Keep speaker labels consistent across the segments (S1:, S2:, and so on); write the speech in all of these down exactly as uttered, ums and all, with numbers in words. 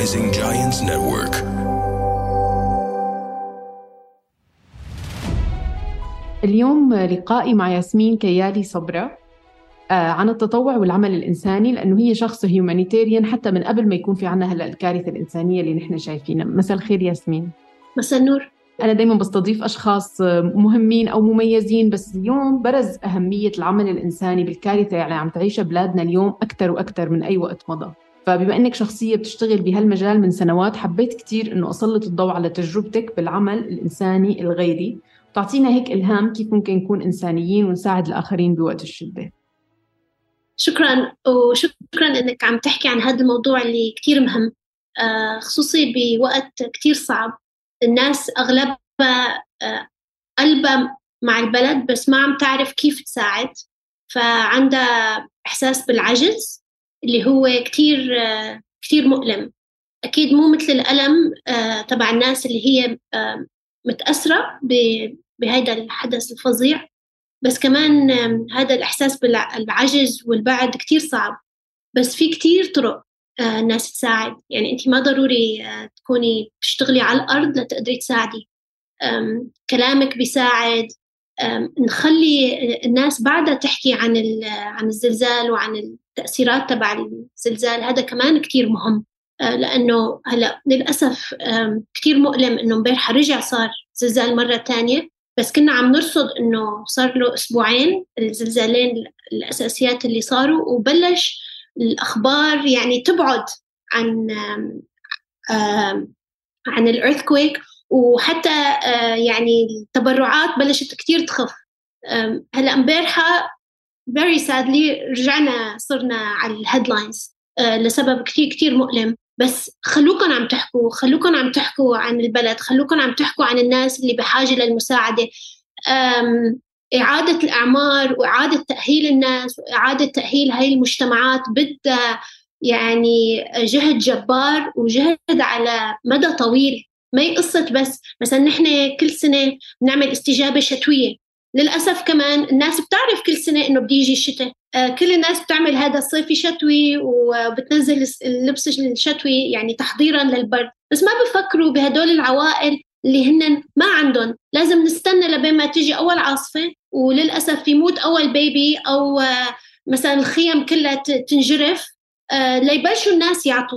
S1: Rising Giants Network.
S2: اليوم لقائي مع ياسمين كيالي صبرة عن التطوع والعمل الإنساني، لأنه هي شخص هيومانيتيريان حتى من قبل ما يكون في عنا هلأ الكارثة الإنسانية اللي نحن شايفينها. مساء الخير ياسمين.
S3: مساء النور.
S2: أنا دايما بستضيف أشخاص مهمين أو مميزين، بس اليوم برز أهمية العمل الإنساني بالكارثة يعني عم تعيشها بلادنا اليوم أكتر وأكتر من أي وقت مضى. فبما أنك شخصية بتشتغل بهالمجال من سنوات، حبيت كتير أنه أسلط الضوء على تجربتك بالعمل الإنساني الغيري، تعطينا هيك إلهام كيف ممكن نكون إنسانيين ونساعد الآخرين بوقت الشدة.
S3: شكراً، وشكراً أنك عم تحكي عن هذا الموضوع اللي كتير مهم، خصوصي بوقت كتير صعب. الناس أغلبها قلبها مع البلد بس ما عم تعرف كيف تساعد، فعندها إحساس بالعجز اللي هو كتير كتير مؤلم. أكيد مو مثل الألم تبع الناس اللي هي متأثرة بهذا الحدث الفظيع، بس كمان هذا الإحساس بالعجز والبعد كتير صعب. بس في كتير طرق الناس تساعد، يعني أنت ما ضروري تكوني تشتغلي على الأرض لتقدري تساعدي. كلامك بيساعد. نخلي الناس بعدها تحكي عن عن الزلزال وعن التأثيرات تبع الزلزال، هذا كمان كتير مهم، لأنه هلأ للأسف كتير مؤلم إنه امبارح رجع صار زلزال مرة تانية، بس كنا عم نرصد إنه صار له أسبوعين الزلزالين الأساسيات اللي صاروا، وبلش الأخبار يعني تبعد عن عن الإيرثكويك، وحتى يعني التبرعات بلشت كتير تخف. هلأ امبارحة very sadly رجعنا صرنا على الهيدلاينز لسبب كتير كتير مؤلم. بس خلوكن عم تحكوا خلوكن عم تحكوا عن البلد، خلوكن عم تحكوا عن الناس اللي بحاجة للمساعدة. إعادة الأعمار وإعادة تأهيل الناس وإعادة تأهيل هاي المجتمعات بدها يعني جهد جبار وجهد على مدى طويل، ما هي قصة بس مثلا نحن كل سنة بنعمل استجابة شتوية. للأسف كمان الناس بتعرف كل سنة إنه بدي يجي الشتاء، آه كل الناس بتعمل هذا الصيفي شتوي وبتنزل اللبس الشتوي يعني تحضيراً للبرد، بس ما بفكروا بهدول العوائل اللي هن ما عندهم. لازم نستنى لبين ما تيجي أول عاصفة، وللأسف يموت أول بيبي، أو آه مثلا الخيم كلها تنجرف آه ليبلشوا الناس يعطوا.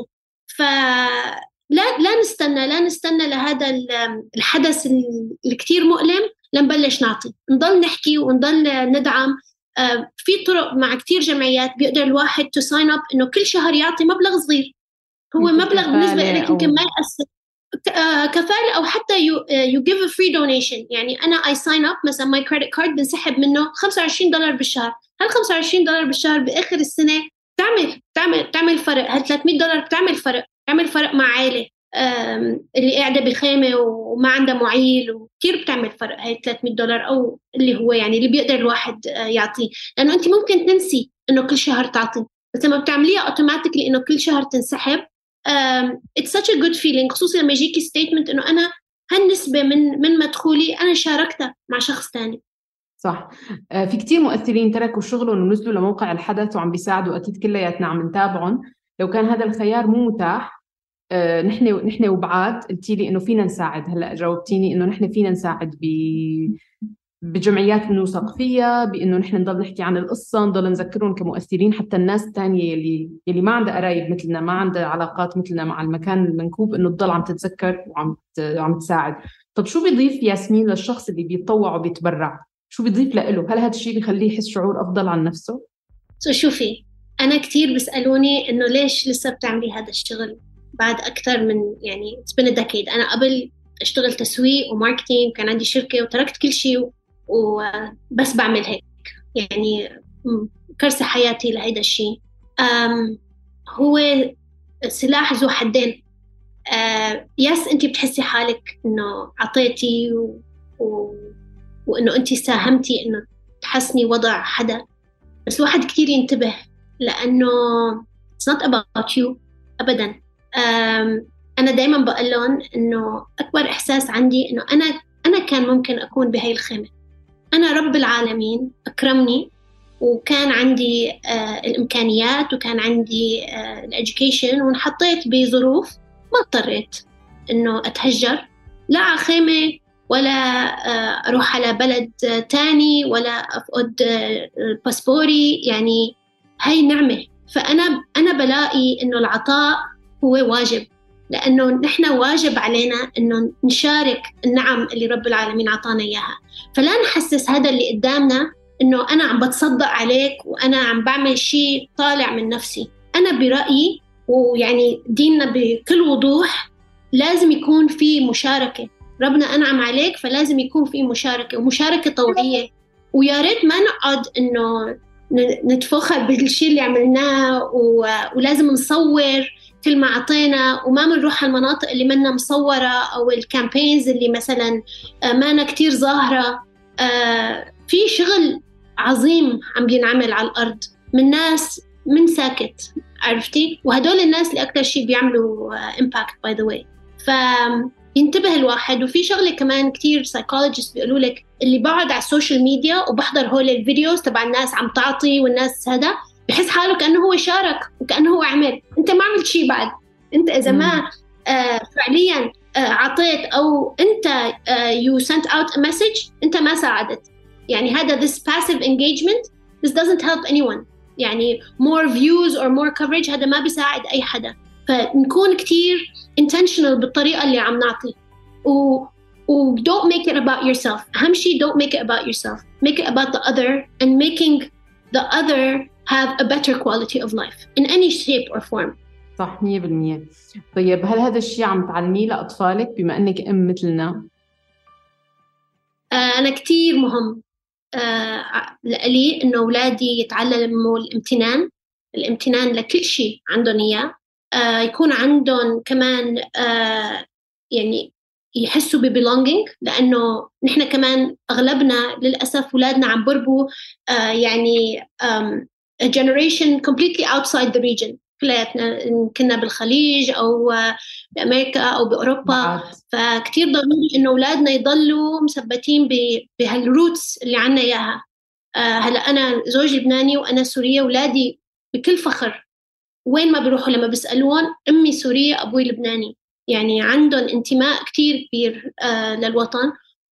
S3: فلا لا نستنى لا نستنى لهذا الحدث الكتير مؤلم لنبلش نعطي، نضل نحكي ونضل ندعم. آه في طرق مع كتير جمعيات بيقدر الواحد to sign up إنه كل شهر يعطي مبلغ صغير، هو مبلغ بالنسبة لك يمكن ما يأثر، آه كفالة أو حتى you, uh, you give a free donation. يعني أنا I sign up مثلا my credit card بنسحب منه خمسة وعشرين دولار بالشهر. هل خمسة وعشرين دولار بالشهر بآخر السنة تعمل تعمل تعمل فرق؟ هل ثلاثمية دولار بتعمل فرق؟ تعمل فرق مع عائلة اللي قاعدة بالخيمة وما عندها معيل، وكتير بتعمل فرق هاي ثلاثمية دولار، أو اللي هو يعني اللي بيقدر الواحد يعطيه. لأنه أنت ممكن تنسي إنه كل شهر تعطي، بس لما بتعمليها أوتوماتيكلي إنه كل شهر تنسحب it's such a good feeling، خصوصا لما يجيكي statement إنه أنا هالنسبة من من مدخولي أنا شاركتها مع شخص تاني.
S2: صح. في كتير مؤثرين تركوا شغلهم ونزلوا لموقع الحدث وعم بيساعدوا، أكيد كلياتنا عم نتابعهم. لو كان هذا الخيار مو متاح، آه، نحن نحن وبعاد قلتي لي انه فينا نساعد. هلا جاوبتيني انه نحن فينا نساعد ب بجمعيات نوثق فيها، بانه نحن نضل نحكي عن القصه، نضل نذكرهم كمؤثرين، حتى الناس الثانيه اللي اللي ما عندها قرايب مثلنا، ما عندها علاقات مثلنا مع المكان المنكوب، انه تضل عم تتذكر وعم عم تساعد. طب شو بيضيف ياسمين للشخص اللي بيتطوع وبيتبرع؟ شو بيضيف له؟ هل هذا الشيء بيخليه يحس شعور افضل عن نفسه؟
S3: سو شوفي، انا كتير بيسالوني انه ليش لسه بتعملي هذا الشغل بعد أكثر من يعني it's been a decade. أنا قبل أشتغل تسويق وماركتينج، كان عندي شركة وتركت كل شيء وبس بعمل هيك، يعني كرس حياتي لهيدا الشيء. هو سلاح ذو حدين. يس أنتي بتحسي حالك إنه عطيتي و... و... وإنه أنتي ساهمتي إنه تحسني وضع حدا، بس الواحد كتير ينتبه، لأنه it's not about you أبداً. أنا دايماً بقولون إنه أكبر إحساس عندي إنه أنا أنا كان ممكن أكون بهاي الخيمة. أنا رب العالمين أكرمني، وكان عندي آه الإمكانيات، وكان عندي آه الإديوكيشن، ونحطيت بظروف ما اضطريت إنه أتهجر لا على خيمة ولا أروح على بلد تاني ولا أفقد باسبوري. يعني هاي نعمة. فأنا أنا بلاقي إنه العطاء هو واجب، لأنه نحن واجب علينا إنه نشارك النعم اللي رب العالمين عطانا إياها. فلا نحسس هذا اللي قدامنا إنه أنا عم بتصدق عليك وأنا عم بعمل شيء طالع من نفسي. أنا برأيي ويعني ديننا بكل وضوح لازم يكون في مشاركة. ربنا أنعم عليك فلازم يكون في مشاركة ومشاركة طوعية. ويا ريت ما نقعد إنه نتفخر بالشيء اللي عملناه ولازم نصور كل ما عطينا وما منروح على المناطق اللي منا مصورة أو الكامبينز اللي مثلا مانا كتير ظاهرة. في شغل عظيم عم بينعمل على الأرض من ناس من ساكت، عرفتي؟ وهدول الناس اللي أكتر شيء بيعملوا impact by the way. فينتبه الواحد. وفي شغلة كمان كتير psychologists بيقولوا لك اللي بعد على السوشيال ميديا وبحضر هول الفيديوز تبع الناس عم تعطي والناس هذا بحس حاله كأنه هو شارك وكأنه هو عمل. أنت ما عملت شيء بعد. أنت إذا ما آه فعليا آه عطيت أو أنت آه you sent out a message أنت ما ساعدت. يعني هذا this passive engagement this doesn't help anyone. يعني more views or more coverage هذا ما بيساعد أي حدا. فنكون كتير intentional بالطريقة اللي عم نعطي و و don't make it about yourself. أهم شيء don't make it about yourself. Make it about the other and making the other have a better quality of life in any shape or form.
S2: صح مية بالمية. طيب هل هذا الشيء عم تعلميه لأطفالك بما أنك أم مثلنا؟
S3: آه أنا كتير مهم آه لي إنه أولادي يتعلموا الامتنان. الامتنان لكل شيء عندهم إياه. آه يكون عندهم كمان آه يعني يحسوا ببelonging. لأنه نحن كمان أغلبنا للأسف أولادنا عم بربوا آه يعني um, a generation completely outside the region. كلياتنا كنا بالخليج أو بأمريكا أو بأوروبا. فكتير ضروري إنه أولادنا يضلوا مثبتين بهالروتس اللي عنا إياها. آه هلأ أنا زوجي لبناني وأنا سورية. أولادي بكل فخر وين ما بيروحوا لما بيسألون أمي سورية أبوي لبناني. يعني عندهم انتماء كتير كبير آه للوطن.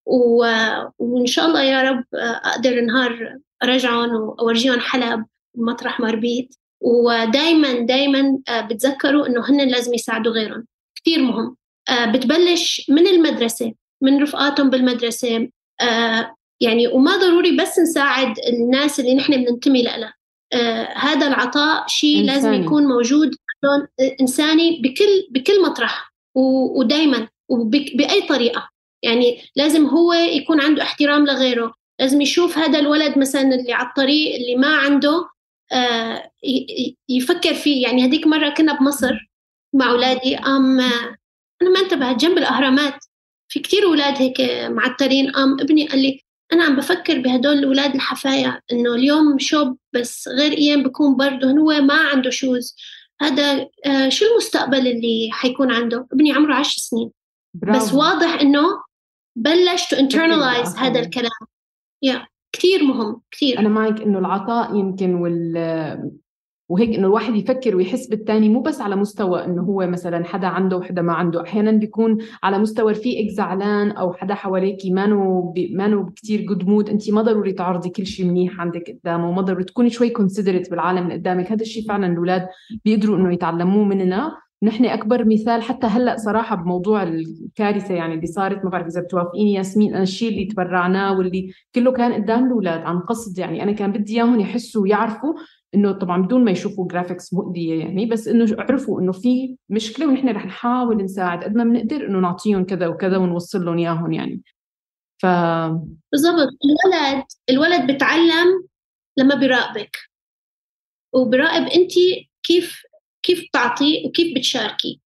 S3: وإن شاء الله يا رب آه أقدر نهار أرجعهم وأورجيهم حلب مطرح ما ربيت. ودايما دايما آه بتذكروا إنه هن لازم يساعدوا غيرهم. كتير مهم. آه بتبلش من المدرسة من رفقاتهم بالمدرسة. آه يعني وما ضروري بس نساعد الناس اللي نحن بننتمي لها. آه هذا العطاء شيء لازم يكون موجود إنساني بكل بكل مطرح ودايما وبأي طريقة. يعني لازم هو يكون عنده احترام لغيره. لازم يشوف هذا الولد مثلا اللي على الطريق اللي ما عنده آه يفكر فيه. يعني هديك مرة كنا بمصر مع أولادي أم أنا ما انتبهت جنب الأهرامات في كتير أولاد هيك معترين. أم ابني قال لي أنا عم بفكر بهدول الأولاد الحفاية إنه اليوم شوب بس غير أيام بكون برد هو ما عنده شوز. هذا آه شو المستقبل اللي حيكون عنده؟ ابني عمره عشر سنين. برافو. بس واضح إنه بلش to internalize هذا الكلام. يا كتير مهم كتير.
S2: أنا معك إنه العطاء يمكن وال وهيك إنه الواحد يفكر ويحس بالتاني مو بس على مستوى إنه هو مثلا حدا عنده وحدا ما عنده. أحيانا بيكون على مستوى رفيقك زعلان أو حدا حواليكي مانو مانو كتير جود مود. أنت ما ضروري تعرضي كل شيء منيح عندك قدامه وما ضروري تكوني شوي considerate بالعالم اللي قدامك. هذا الشيء فعلا الأولاد بيقدروا إنه يتعلموه مننا. نحن أكبر مثال حتى هلأ صراحة بموضوع الكارثة يعني اللي صارت. ما بعرف إذا بتوافقيني ياسمين. أنا الشيء اللي تبرعناه واللي كله كان قدام الأولاد عن قصد. يعني أنا كان بدي إياهم يحسوا ويعرفوا إنه طبعاً بدون ما يشوفوا جرافيكس مؤذية يعني بس إنه عرفوا إنه في مشكلة ونحن رح نحاول نساعد قد ما بنقدر إنه نعطيهم كذا وكذا ونوصل لهم إياهم يعني. ف
S3: بالضبط. الولد الولد بتعلم لما بيراقبك وبراقب أنت كيف كيف تعطي وكيف بتشاركي.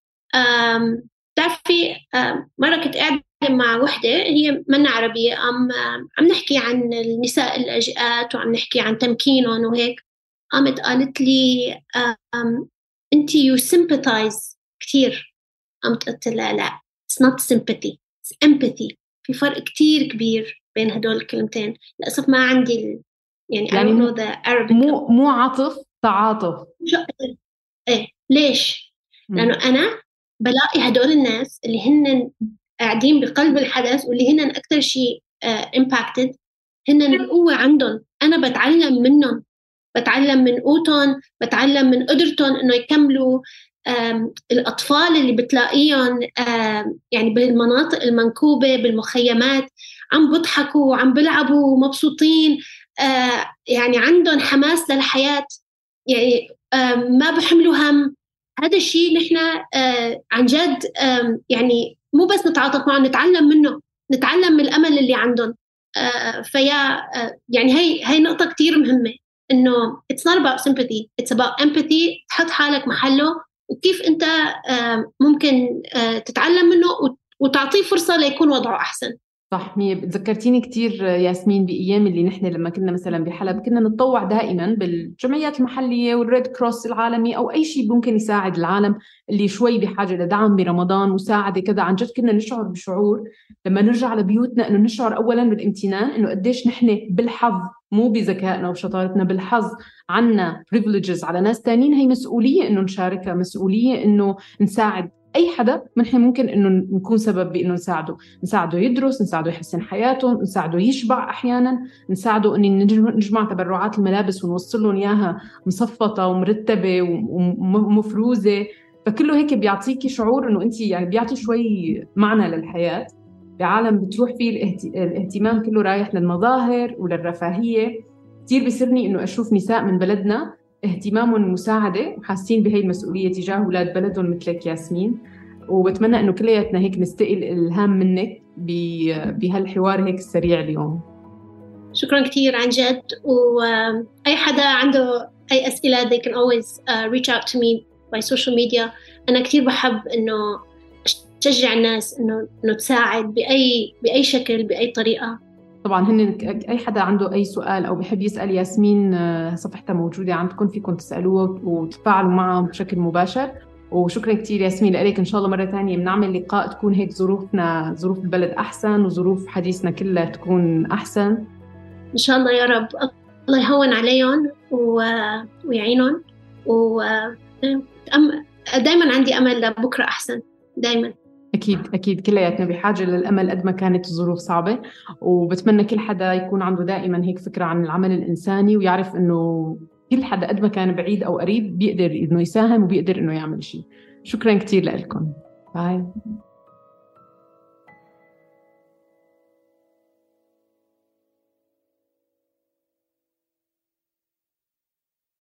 S3: تعرفي مرة كنت قاعدة مع وحدة هي منا عربية عم عم نحكي عن النساء اللاجئات وعم نحكي عن تمكينهم وهيك. قامت قالت لي أنت you sympathize كتير. قامت قلت لها لا it's not sympathy it's empathy. في فرق كتير كبير بين هدول الكلمتين. للأسف ما عندي ال... يعني, يعني I don't know the Arabic.
S2: مو مو عطف تعاطف.
S3: إيه ليش؟ م. لأنه أنا بلاقي هدول الناس اللي هن قاعدين بقلب الحدث واللي هن أكثر شيء impacted، هن القوة عندهم، أنا بتعلم منهم، بتعلم من قوتهم، بتعلم من قدرتهم إنه يكملوا. الأطفال اللي بتلاقيهم يعني بالمناطق المنكوبة بالمخيمات عم بضحكوا وعم بلعبوا ومبسوطين، يعني عندهم حماس للحياة، يعني ما بحملوا هم. هذا الشيء نحن عن جد يعني مو بس نتعاطف معهم، نتعلم منه، نتعلم من الأمل اللي عندهم. فيا يعني هي هي نقطة كتير مهمة، إنه it's not about sympathy, it's about empathy. تحط حالك محله وكيف أنت ممكن تتعلم منه وتعطيه فرصة ليكون وضعه أحسن.
S2: صح. مية ذكرتيني كتير ياسمين بأيام اللي نحن لما كنا مثلا بحلب كنا نتطوع دائما بالجمعيات المحلية والريد كروس العالمي أو أي شيء ممكن يساعد العالم اللي شوي بحاجة لدعم برمضان، مساعدة كذا. عن جد كنا نشعر بشعور لما نرجع لبيوتنا إنه نشعر أولا بالامتنان، إنه قديش نحن بالحظ، مو بذكائنا وشطارتنا، بالحظ عنا privileges على ناس تانيين. هي مسؤولية إنه نشاركها، مسؤولية إنه نساعد أي حدا نحن ممكن إنه نكون سبب بإنه نساعده، نساعده يدرس، نساعده يحسن حياته، نساعده يشبع أحيانا، نساعده إن نجمع تبرعات الملابس ونوصل لهم إياها مصفطة ومرتبة ومفروزة. فكله هيك بيعطيكي شعور إنه أنت يعني بيعطي شوي معنى للحياة بعالم بتروح فيه الاهتمام كله رايح للمظاهر وللرفاهية. كتير بيسرني إنه أشوف نساء من بلدنا اهتمامهم المساعدة وحاسين بهي المسؤولية تجاه أولاد بلدهم مثلك ياسمين. وبتمنى إنه كلياتنا هيك نستقل الإلهام منك بهالحوار هيك السريع اليوم.
S3: شكرا كتير عن جد. وأي حدا عنده أي أسئلة they can always uh, reach out to me by social media. أنا كتير بحب إنه أشجع الناس إنه إنه تساعد بأي بأي شكل بأي طريقة.
S2: طبعا هن أي حدا عنده أي سؤال أو بحب يسأل ياسمين صفحتها موجودة عندكم، فيكم تسألوه وتتفاعلوا معه بشكل مباشر. وشكرا كتير ياسمين لك. إن شاء الله مرة تانية بنعمل لقاء تكون هيك ظروفنا ظروف البلد أحسن وظروف حديثنا كلها تكون أحسن
S3: إن شاء الله يا رب. الله يهون عليهم و... ويعينهم، ودائما عندي أمل لبكرة أحسن دائما.
S2: أكيد أكيد كلياتنا بحاجة للأمل قد ما كانت الظروف صعبة. وبتمنى كل حدا يكون عنده دائما هيك فكرة عن العمل الإنساني ويعرف إنه كل حدا قد ما كان بعيد أو قريب بيقدر إنه يساهم وبيقدر إنه يعمل شيء. شكرا كتير لكم. باي.